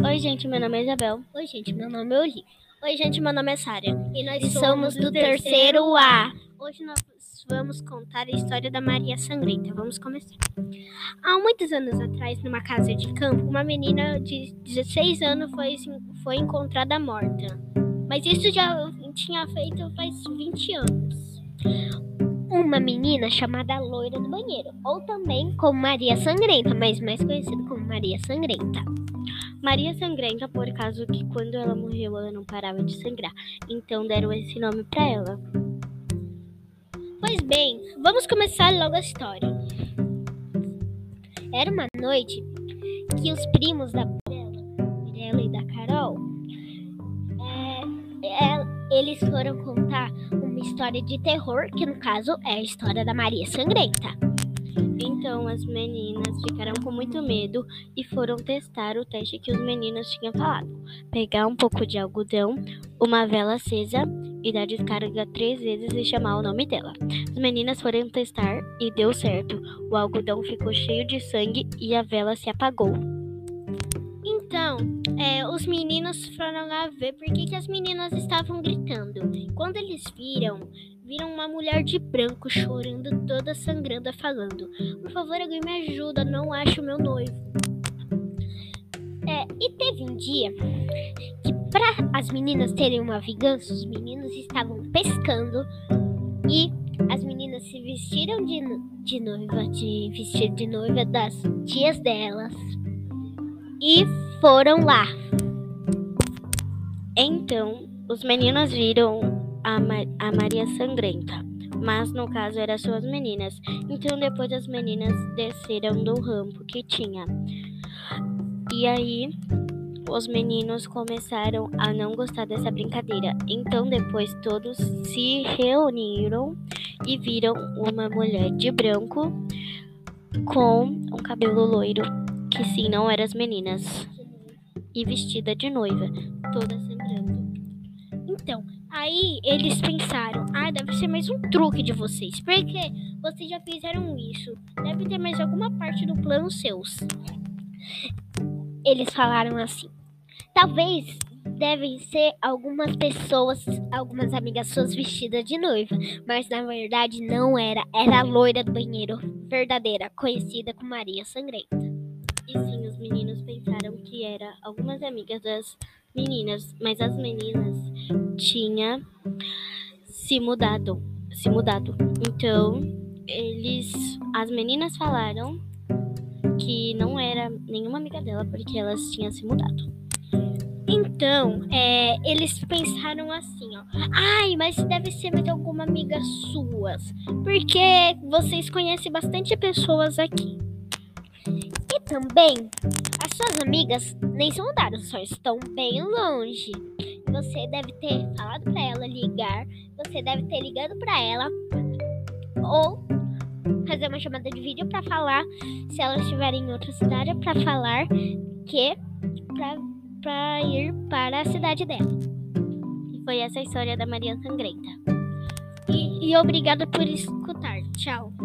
Oi, gente, meu nome é Isabel. Oi, gente, meu nome é Oli. Oi, gente, meu nome é Sária. E nós somos do terceiro A. Hoje nós vamos contar a história da Maria Sangrenta. Vamos começar. Há muitos anos atrás, numa casa de campo, uma menina de 16 anos foi encontrada morta. Mas isso já tinha feito faz 20 anos. Uma menina chamada Loira do Banheiro, ou também como Maria Sangrenta, mas mais conhecida como Maria Sangrenta. Maria Sangrenta, por causa que quando ela morreu, ela não parava de sangrar. Então deram esse nome para ela. Pois bem, vamos começar logo a história. Era uma noite que os primos da Mirella e da Carol, eles foram contar uma história de terror, que no caso é a história da Maria Sangrenta. Então as meninas ficaram com muito medo e foram testar o teste que os meninos tinham falado. Pegar um pouco de algodão, uma vela acesa e dar descarga 3 vezes e chamar o nome dela. As meninas foram testar e deu certo. O algodão ficou cheio de sangue e a vela se apagou. Então, os meninos foram lá ver por que as meninas estavam gritando. Quando eles viram uma mulher de branco chorando, toda sangrando, falando: "Por favor, alguém me ajuda, não acho meu noivo." E teve um dia que, para as meninas terem uma vingança, os meninos estavam pescando e as meninas se vestiram de vestido de noiva das tias delas e foram lá. Então, os meninos viram a Maria Sangrenta, mas no caso eram só as meninas. Então depois as meninas desceram do rampo que tinha. E aí os meninos começaram a não gostar dessa brincadeira. Então depois todos se reuniram e viram uma mulher de branco com um cabelo loiro, que sim, não eram as meninas, e vestida de noiva, toda sangrando. Então, aí eles pensaram: deve ser mais um truque de vocês, porque vocês já fizeram isso, deve ter mais alguma parte do plano seus. Eles falaram assim: talvez devem ser algumas pessoas, algumas amigas suas vestidas de noiva, mas na verdade não era a Loira do Banheiro verdadeira, conhecida como Maria Sangrenta. E sim, os meninos pensaram que era algumas amigas das meninas, mas as meninas tinham se mudado. Então, as meninas falaram que não era nenhuma amiga dela porque elas tinham se mudado. Então, eles pensaram assim, mas deve ser mais alguma amiga suas, porque vocês conhecem bastante pessoas aqui. E também, as suas amigas nem se mudaram, só estão bem longe. Você deve ter falado para ela ligar, você deve ter ligado para ela ou fazer uma chamada de vídeo para falar, se elas estiverem em outra cidade, para falar que para ir para a cidade dela. E foi essa a história da Maria Sangrenta. E obrigada por escutar. Tchau.